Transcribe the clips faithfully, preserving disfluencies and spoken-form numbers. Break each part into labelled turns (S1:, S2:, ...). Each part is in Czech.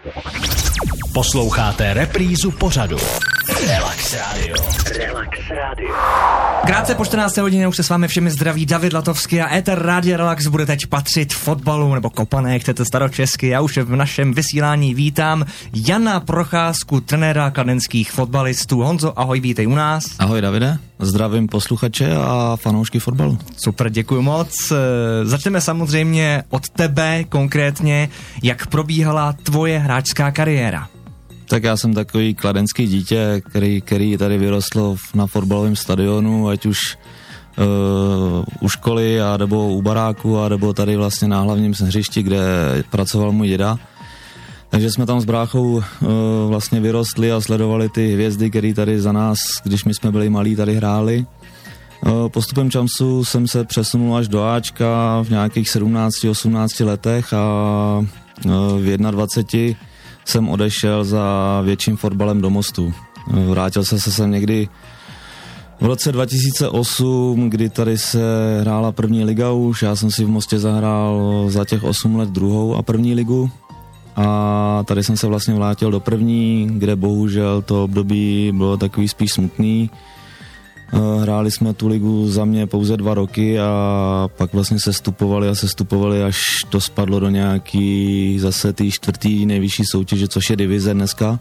S1: Posloucháte reprízu pořadu Relax Radio. Relax Radio.
S2: Krátce po čtrnácté hodině už se s vámi všemi zdraví David Latovský a éter Rádia Relax bude teď patřit fotbalu, nebo kopané, chcete staročesky. Já už v našem vysílání vítám Jana Procházku, trenéra kladenských fotbalistů. Honzo, ahoj, vítej u nás.
S3: Ahoj Davide, zdravím posluchače a fanoušky fotbalu.
S2: Super, děkuji moc. Začneme samozřejmě od tebe konkrétně, jak probíhala tvoje hráčská kariéra.
S3: Tak já jsem takový kladenský dítě, který, který tady vyrostl na fotbalovém stadionu, ať už uh, u školy, a nebo u baráku, a nebo tady vlastně na hlavním hřišti, kde pracoval můj děda. Takže jsme tam s bráchou uh, vlastně vyrostli a sledovali ty hvězdy, které tady za nás, když my jsme byli malí, tady hráli. Uh, postupem času jsem se přesunul až do Ačka v nějakých sedmnácti osmnácti letech a uh, v dvaceti jedné jsem odešel za větším fotbalem do Mostu. Vrátil jsem se sem někdy v roce dva tisíce osm, kdy tady se hrála první liga už. Já jsem si v Mostě zahrál za těch osm let druhou a první ligu. A tady jsem se vlastně vrátil do první, kde bohužel to období bylo takový spíš smutný. Hráli jsme tu ligu za mě pouze dva roky a pak vlastně se stupovali a se stupovali, až to spadlo do nějaký zase tý čtvrtý nejvyšší soutěže, což je divize dneska.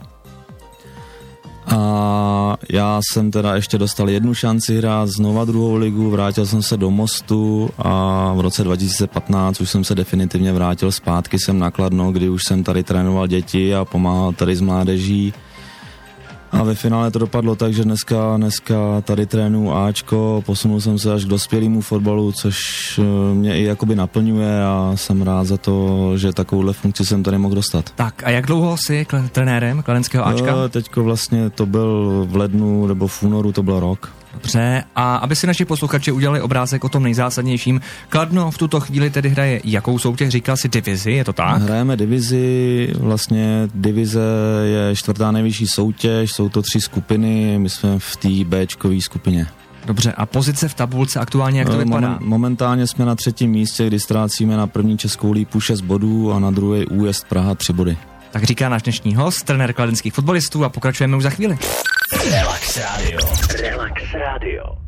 S3: A já jsem teda ještě dostal jednu šanci hrát znova druhou ligu, vrátil jsem se do Mostu a v roce dva tisíce patnáct už jsem se definitivně vrátil zpátky sem na Kladno, kdy už jsem tady trénoval děti a pomáhal tady s mládeží. A ve finále to dopadlo tak, že dneska, dneska tady trénuju Ačko, posunul jsem se až k dospělému fotbalu, což mě i jakoby naplňuje a jsem rád za to, že takovouhle funkci jsem tady mohl dostat.
S2: Tak a jak dlouho jsi kl- trenérem kladenského Ačka?
S3: No, teďko vlastně to byl v lednu nebo v únoru, to byl rok.
S2: Dobře, a aby si naši posluchači udělali obrázek o tom nejzásadnějším, Kladno v tuto chvíli tedy hraje jakou soutěž? Říkal si divizi, je to tak?
S3: Hrajeme divizi, vlastně divize je čtvrtá nejvyšší soutěž, jsou to tři skupiny, my jsme v té Bčkové skupině.
S2: Dobře, a pozice v tabulce aktuálně, jak to vypadá?
S3: Moment, momentálně jsme na třetím místě, kdy ztrácíme na první českou lípu šest bodů a na druhé Újezd Praha tři body.
S2: Tak říká náš dnešní host, trenér kladenských fotbalistů, a pokračujeme už za chvíli.
S1: Relax Radio. Relax Radio.